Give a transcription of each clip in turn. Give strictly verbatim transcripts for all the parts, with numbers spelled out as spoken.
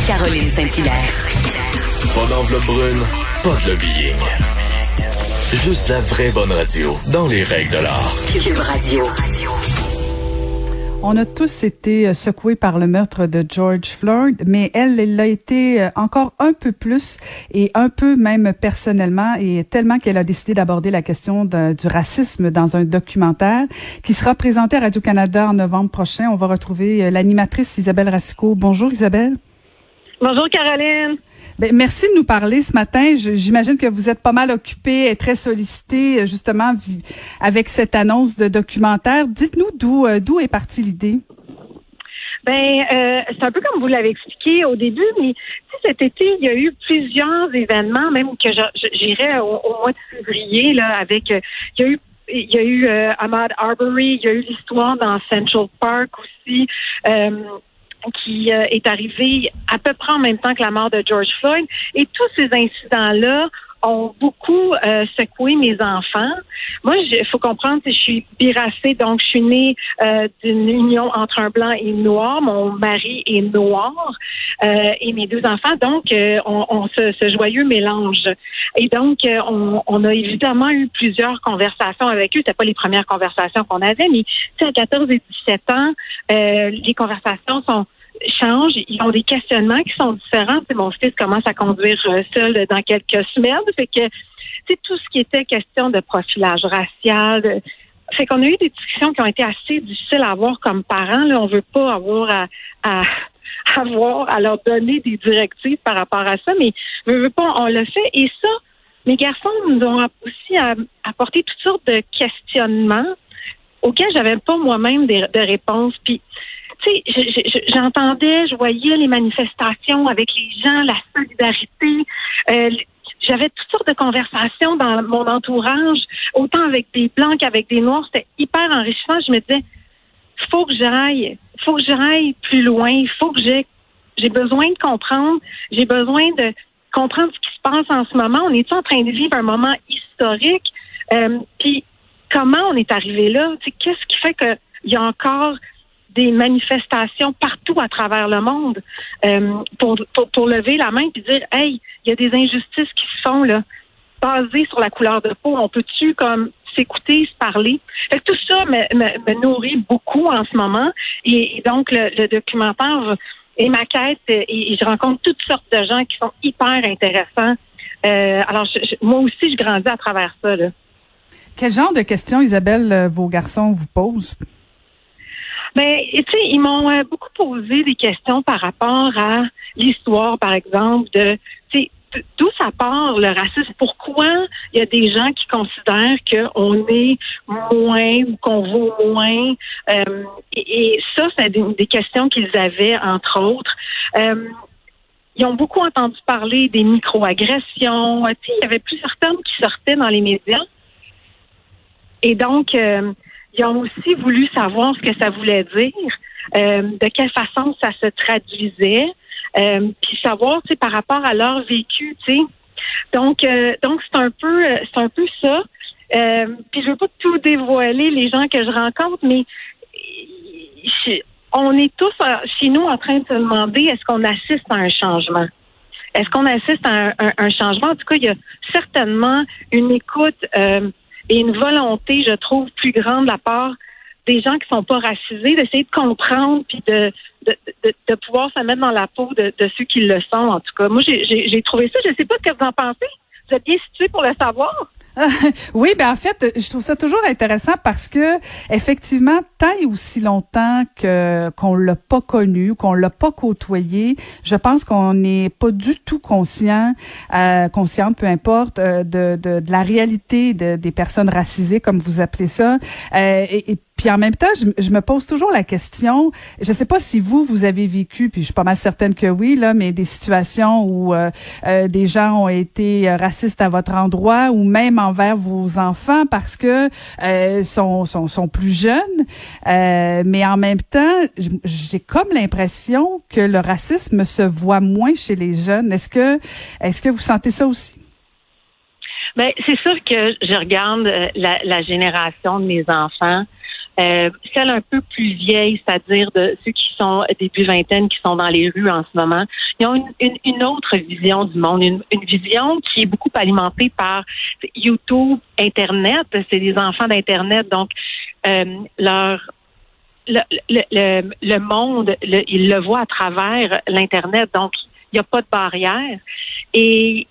Caroline Saint-Hilaire. Pas d'enveloppe brune, pas de lobbying. Juste la vraie bonne radio, dans les règles de l'art. Cube Radio. On a tous été secoués par le meurtre de George Floyd, mais elle, elle l'a été encore un peu plus et un peu même personnellement, et tellement qu'elle a décidé d'aborder la question de, du racisme dans un documentaire qui sera présenté à Radio-Canada en novembre prochain. On va retrouver l'animatrice Isabelle Racicot. Bonjour Isabelle. Bonjour Caroline. Ben, merci de nous parler ce matin. Je, j'imagine que vous êtes pas mal occupée et très sollicitée justement avec cette annonce de documentaire. Dites-nous d'où euh, d'où est partie l'idée. Ben, euh, c'est un peu comme vous l'avez expliqué au début, mais cet été, il y a eu plusieurs événements, même que j'irais au, au mois de février, là, avec, euh, il y a eu Il y a eu euh, Ahmaud Arbery, il y a eu l'histoire dans Central Park aussi, euh, qui euh, est arrivée à peu près en même temps que la mort de George Floyd. Et tous ces incidents-là ont beaucoup euh, secoué mes enfants. Moi, il faut comprendre que je suis biracée, donc je suis née euh, d'une union entre un blanc et une noire. Mon mari est noir euh, et mes deux enfants, donc euh, on, on se, ce joyeux mélange. Et donc, euh, on, on a évidemment eu plusieurs conversations avec eux. C'était pas les premières conversations qu'on avait, mais à quatorze et dix-sept ans, euh, les conversations sont changent, ils ont des questionnements qui sont différents. T'sais, mon fils commence à conduire seul dans quelques semaines. Fait que c'est tout ce qui était question de profilage racial. Fait qu'on a eu des discussions qui ont été assez difficiles à avoir comme parents. Là, on veut pas avoir à, à avoir à leur donner des directives par rapport à ça, mais on veut pas, on le fait. Et ça, mes garçons nous ont aussi apporté toutes sortes de questionnements auxquels j'avais pas moi-même des, de réponses. Puis tu sais, j'entendais, je voyais les manifestations avec les gens, la solidarité. Euh, j'avais toutes sortes de conversations dans mon entourage, autant avec des blancs qu'avec des noirs. C'était hyper enrichissant. Je me disais, faut que j'aille, faut que j'aille plus loin. Il faut que j'ai, j'ai besoin de comprendre. J'ai besoin de comprendre ce qui se passe en ce moment. On est en train de vivre un moment historique. Euh, puis comment on est arrivé là? Tu sais, qu'est-ce qui fait que il y a encore des manifestations partout à travers le monde euh, pour, pour pour lever la main et dire hey, il y a des injustices qui se font là, basées sur la couleur de peau. On peut-tu comme s'écouter, se parler? Fait que tout ça me, me, me nourrit beaucoup en ce moment. Et, et donc le, le documentaire est ma quête et, et je rencontre toutes sortes de gens qui sont hyper intéressants. Euh, alors je, je, moi aussi je grandis à travers ça là. Quel genre de questions, Isabelle, vos garçons vous posent? Ben, tu sais, ils m'ont euh, beaucoup posé des questions par rapport à l'histoire, par exemple, de, tu sais, d'où ça part le racisme. Pourquoi il y a des gens qui considèrent qu'on est moins ou qu'on vaut moins. Euh, et, et ça, c'est des, des questions qu'ils avaient, entre autres. Euh, ils ont beaucoup entendu parler des microagressions. Tu sais, il y avait plusieurs termes qui sortaient dans les médias. Et donc, euh, ils ont aussi voulu savoir ce que ça voulait dire, euh, de quelle façon ça se traduisait, euh, puis savoir, tu sais, par rapport à leur vécu, tu sais. Donc, euh, donc c'est un peu, c'est un peu ça. Euh, puis je veux pas tout dévoiler les gens que je rencontre, mais je, on est tous chez nous en train de se demander est-ce qu'on assiste à un changement. Est-ce qu'on assiste à un, un, un changement? En tout cas, il y a certainement une écoute. Euh, Et une volonté, je trouve, plus grande de la part des gens qui sont pas racisés, d'essayer de comprendre puis de de, de de pouvoir se mettre dans la peau de, de ceux qui le sont. En tout cas, moi, j'ai, j'ai, j'ai trouvé ça. Je sais pas ce que vous en pensez. Vous êtes bien situé pour le savoir. Oui, ben en fait, je trouve ça toujours intéressant parce que effectivement, tant et aussi longtemps que qu'on l'a pas connu, qu'on l'a pas côtoyé, je pense qu'on n'est pas du tout conscient, euh, consciente, peu importe, euh, de, de de la réalité de, des personnes racisées, comme vous appelez ça. Euh, et, et puis en même temps, je, je me pose toujours la question, je sais pas si vous, vous avez vécu, puis je suis pas mal certaine que oui, là, mais des situations où euh, euh, des gens ont été racistes à votre endroit ou même envers vos enfants parce que euh, sont, sont, sont plus jeunes. Euh, mais en même temps, j'ai comme l'impression que le racisme se voit moins chez les jeunes. Est-ce que, est-ce que vous sentez ça aussi? Ben, c'est sûr que je regarde la, la génération de mes enfants. Euh, celles un peu plus vieilles, c'est-à-dire de ceux qui sont début vingtaine, qui sont dans les rues en ce moment, ils ont une, une, une autre vision du monde, une, une vision qui est beaucoup alimentée par YouTube, Internet. C'est des enfants d'Internet, donc euh, leur le, le, le, le monde, le, ils le voient à travers l'Internet, donc il n'y a pas de barrière. Et,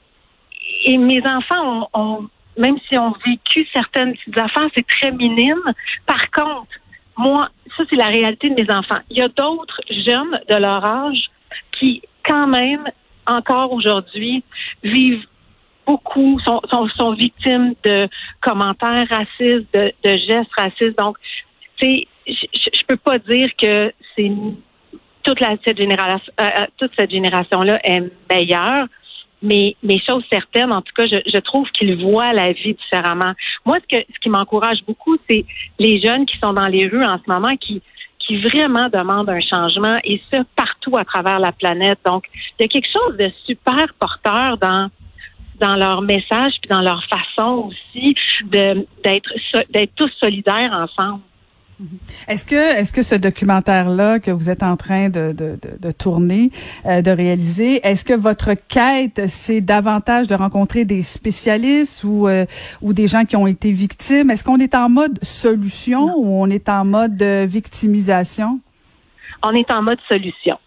et mes enfants ont, ont même si on vécu certaines petites affaires, c'est très minime. Par contre, moi, ça, c'est la réalité de mes enfants. Il y a d'autres jeunes de leur âge qui, quand même, encore aujourd'hui, vivent beaucoup, sont, sont, sont victimes de commentaires racistes, de, de gestes racistes. Donc, tu sais, je, je peux pas dire que c'est toute la cette génération, euh, toute cette génération-là est meilleure. Mais, mais chose certaine, en tout cas, je, je trouve qu'ils voient la vie différemment. Moi, ce que ce qui m'encourage beaucoup, c'est les jeunes qui sont dans les rues en ce moment, qui qui vraiment demandent un changement, et ça partout à travers la planète. Donc, il y a quelque chose de super porteur dans dans leur message puis dans leur façon aussi de d'être d'être tous solidaires ensemble. Est-ce que est-ce que ce documentaire-là que vous êtes en train de de, de, de tourner, euh, de réaliser, est-ce que votre quête, c'est davantage de rencontrer des spécialistes ou euh, ou des gens qui ont été victimes? Est-ce qu'on est en mode solution non. ou on est en mode euh, victimisation? On est en mode solution.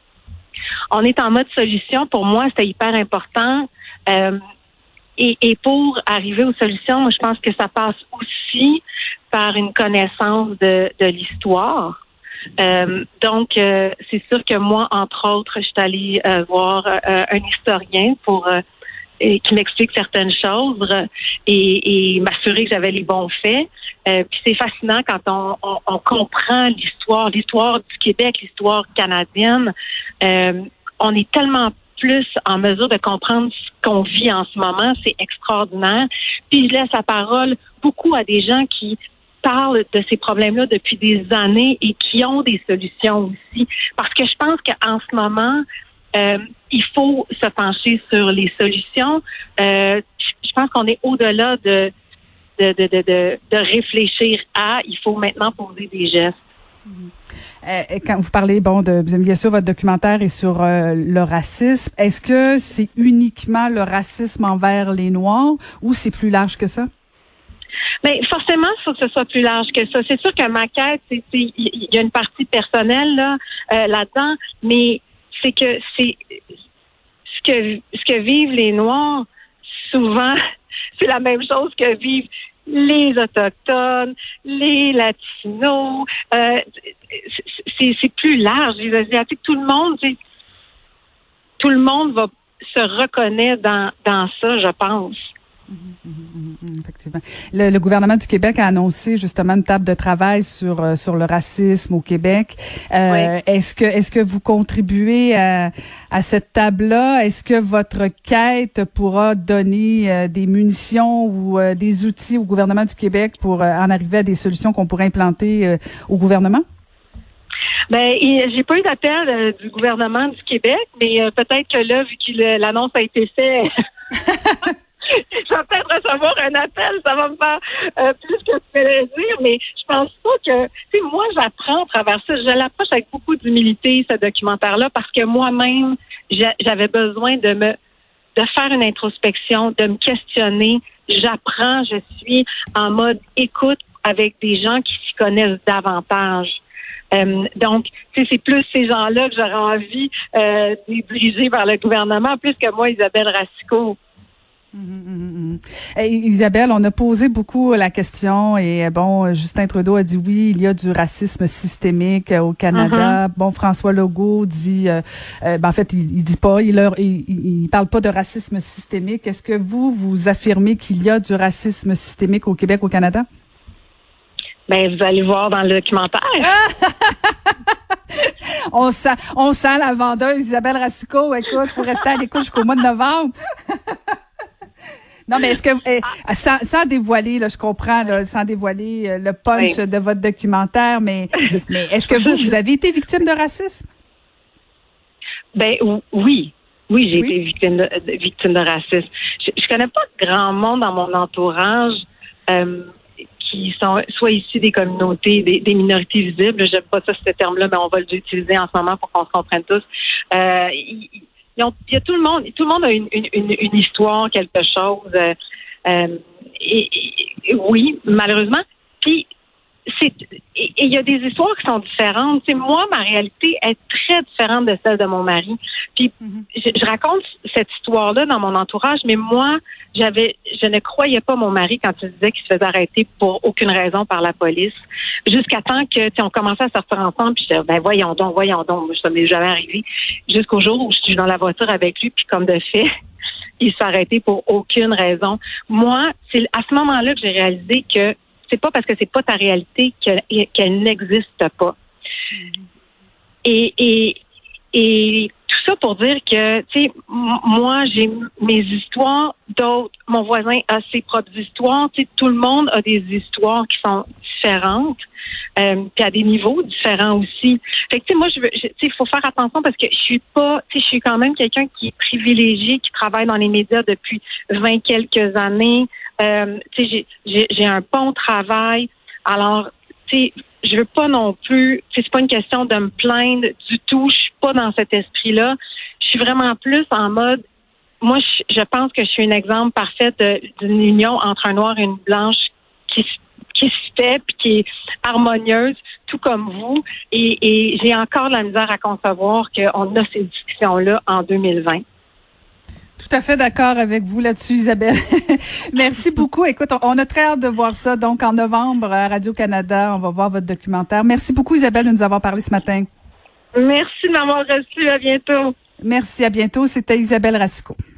On est en mode solution. Pour moi, c'était hyper important. Euh, et, et pour arriver aux solutions, moi, je pense que ça passe aussi par une connaissance de, de l'histoire. Euh, donc, euh, c'est sûr que moi, entre autres, je suis allée euh, voir euh, un historien pour euh, et, qui m'explique certaines choses et, et m'assurer que j'avais les bons faits. Euh, puis c'est fascinant quand on, on, on comprend l'histoire, l'histoire du Québec, l'histoire canadienne. Euh, on est tellement plus en mesure de comprendre ce qu'on vit en ce moment. C'est extraordinaire. Puis je laisse la parole beaucoup à des gens qui parlent de ces problèmes-là depuis des années et qui ont des solutions aussi. Parce que je pense qu'en ce moment, euh, il faut se pencher sur les solutions. Euh, je pense qu'on est au-delà de de, de, de, de, de réfléchir à, il faut maintenant poser des gestes. Euh, quand vous parlez, bon, de bien sûr, votre documentaire est sur euh, le racisme. Est-ce que c'est uniquement le racisme envers les Noirs ou c'est plus large que ça? Mais forcément, il faut que ce soit plus large que ça. C'est sûr que ma quête, c'est il y a une partie personnelle là euh, là-dedans, mais c'est que c'est ce que ce que vivent les Noirs souvent, c'est la même chose que vivent les Autochtones, les Latinos. Euh, c'est, c'est plus large. Les Asiatiques, tout le monde, tout le monde va se reconnaître dans dans ça, je pense. Mmh, mmh, mmh, effectivement. Le, le gouvernement du Québec a annoncé justement une table de travail sur euh, sur le racisme au Québec. Euh, oui. Est-ce que est-ce que vous contribuez à, à cette table-là? Est-ce que votre quête pourra donner euh, des munitions ou euh, des outils au gouvernement du Québec pour euh, en arriver à des solutions qu'on pourrait implanter euh, au gouvernement? Ben, j'ai pas eu d'appel euh, du gouvernement du Québec, mais euh, peut-être que là, vu que l'annonce a été faite. Je vais peut-être recevoir un appel, ça va me faire euh, plus que plaisir, mais je pense pas que, tu sais, moi, j'apprends à travers ça. Je l'approche avec beaucoup d'humilité, ce documentaire-là, parce que moi-même, j'avais besoin de me, de faire une introspection, de me questionner. J'apprends, je suis en mode écoute avec des gens qui s'y connaissent davantage. Euh, donc, tu sais, c'est plus ces gens-là que j'aurais envie euh, de diriger vers le gouvernement, plus que moi, Isabelle Racicot. Mmh, mmh, mmh. Hey, Isabelle, on a posé beaucoup la question et bon, Justin Trudeau a dit oui, il y a du racisme systémique au Canada. Mm-hmm. Bon, François Legault dit, euh, euh, ben en fait, il, il dit pas, il, leur, il, il parle pas de racisme systémique. Est-ce que vous, vous affirmez qu'il y a du racisme systémique au Québec, au Canada? Ben, vous allez voir dans le documentaire. on sent, on sent la vendeuse Isabelle Racicot. Écoute, faut rester à l'écoute jusqu'au mois de novembre. Non, mais est-ce que, eh, sans, sans dévoiler, là, je comprends, là, sans dévoiler euh, le punch oui. de votre documentaire, mais, mais est-ce que vous, vous avez été victime de racisme? Ben oui, oui, j'ai oui. été victime de, de, victime de racisme. Je, je connais pas grand monde dans mon entourage euh, qui sont soit issus des communautés, des, des minorités visibles. J'aime pas ça, ce terme-là, mais on va l'utiliser en ce moment pour qu'on se comprenne tous. Euh, il, il y a tout le monde, tout le monde a une, une, une, une histoire, quelque chose. Euh, euh, et, et, oui, malheureusement. Puis, c'est, et il y a des histoires qui sont différentes. Tu sais, moi, ma réalité est très différente de celle de mon mari. Puis, mm-hmm. je, je raconte cette histoire-là dans mon entourage, mais moi, j'avais, je ne croyais pas mon mari quand il disait qu'il se faisait arrêter pour aucune raison par la police. Jusqu'à temps que, tu sais, on commençait à sortir ensemble, puis je disais, ben voyons donc, voyons donc, ça m'est jamais arrivé. Jusqu'au jour où je suis dans la voiture avec lui, puis comme de fait, il s'est arrêté pour aucune raison. Moi, c'est à ce moment-là que j'ai réalisé que c'est pas parce que c'est pas ta réalité qu'elle, qu'elle n'existe pas. Mm-hmm. Et, et, et tout ça pour dire que, tu sais, m- moi, j'ai mes histoires, d'autres, mon voisin a ses propres histoires, tu sais, tout le monde a des histoires qui sont différentes, euh, puis à des niveaux différents aussi. Fait que, tu sais, moi, je veux, tu sais, il faut faire attention parce que je suis pas, tu sais, je suis quand même quelqu'un qui est privilégié, qui travaille dans les médias depuis vingt quelques années. Euh, tu sais, j'ai, j'ai, j'ai un bon travail. Alors, tu sais, je veux pas non plus, tu sais, c'est pas une question de me plaindre du tout. Je suis pas dans cet esprit-là. Je suis vraiment plus en mode, moi, je, je pense que je suis un exemple parfait de, d'une union entre un noir et une blanche qui, qui se fait puis qui est harmonieuse, tout comme vous. Et, et j'ai encore de la misère à concevoir qu'on a ces discussions-là en deux mille vingt. Tout à fait d'accord avec vous là-dessus, Isabelle. Merci beaucoup. Écoute, on a très hâte de voir ça. Donc, en novembre, à Radio-Canada, on va voir votre documentaire. Merci beaucoup, Isabelle, de nous avoir parlé ce matin. Merci de m'avoir reçu. À bientôt. Merci, à bientôt. C'était Isabelle Racicot.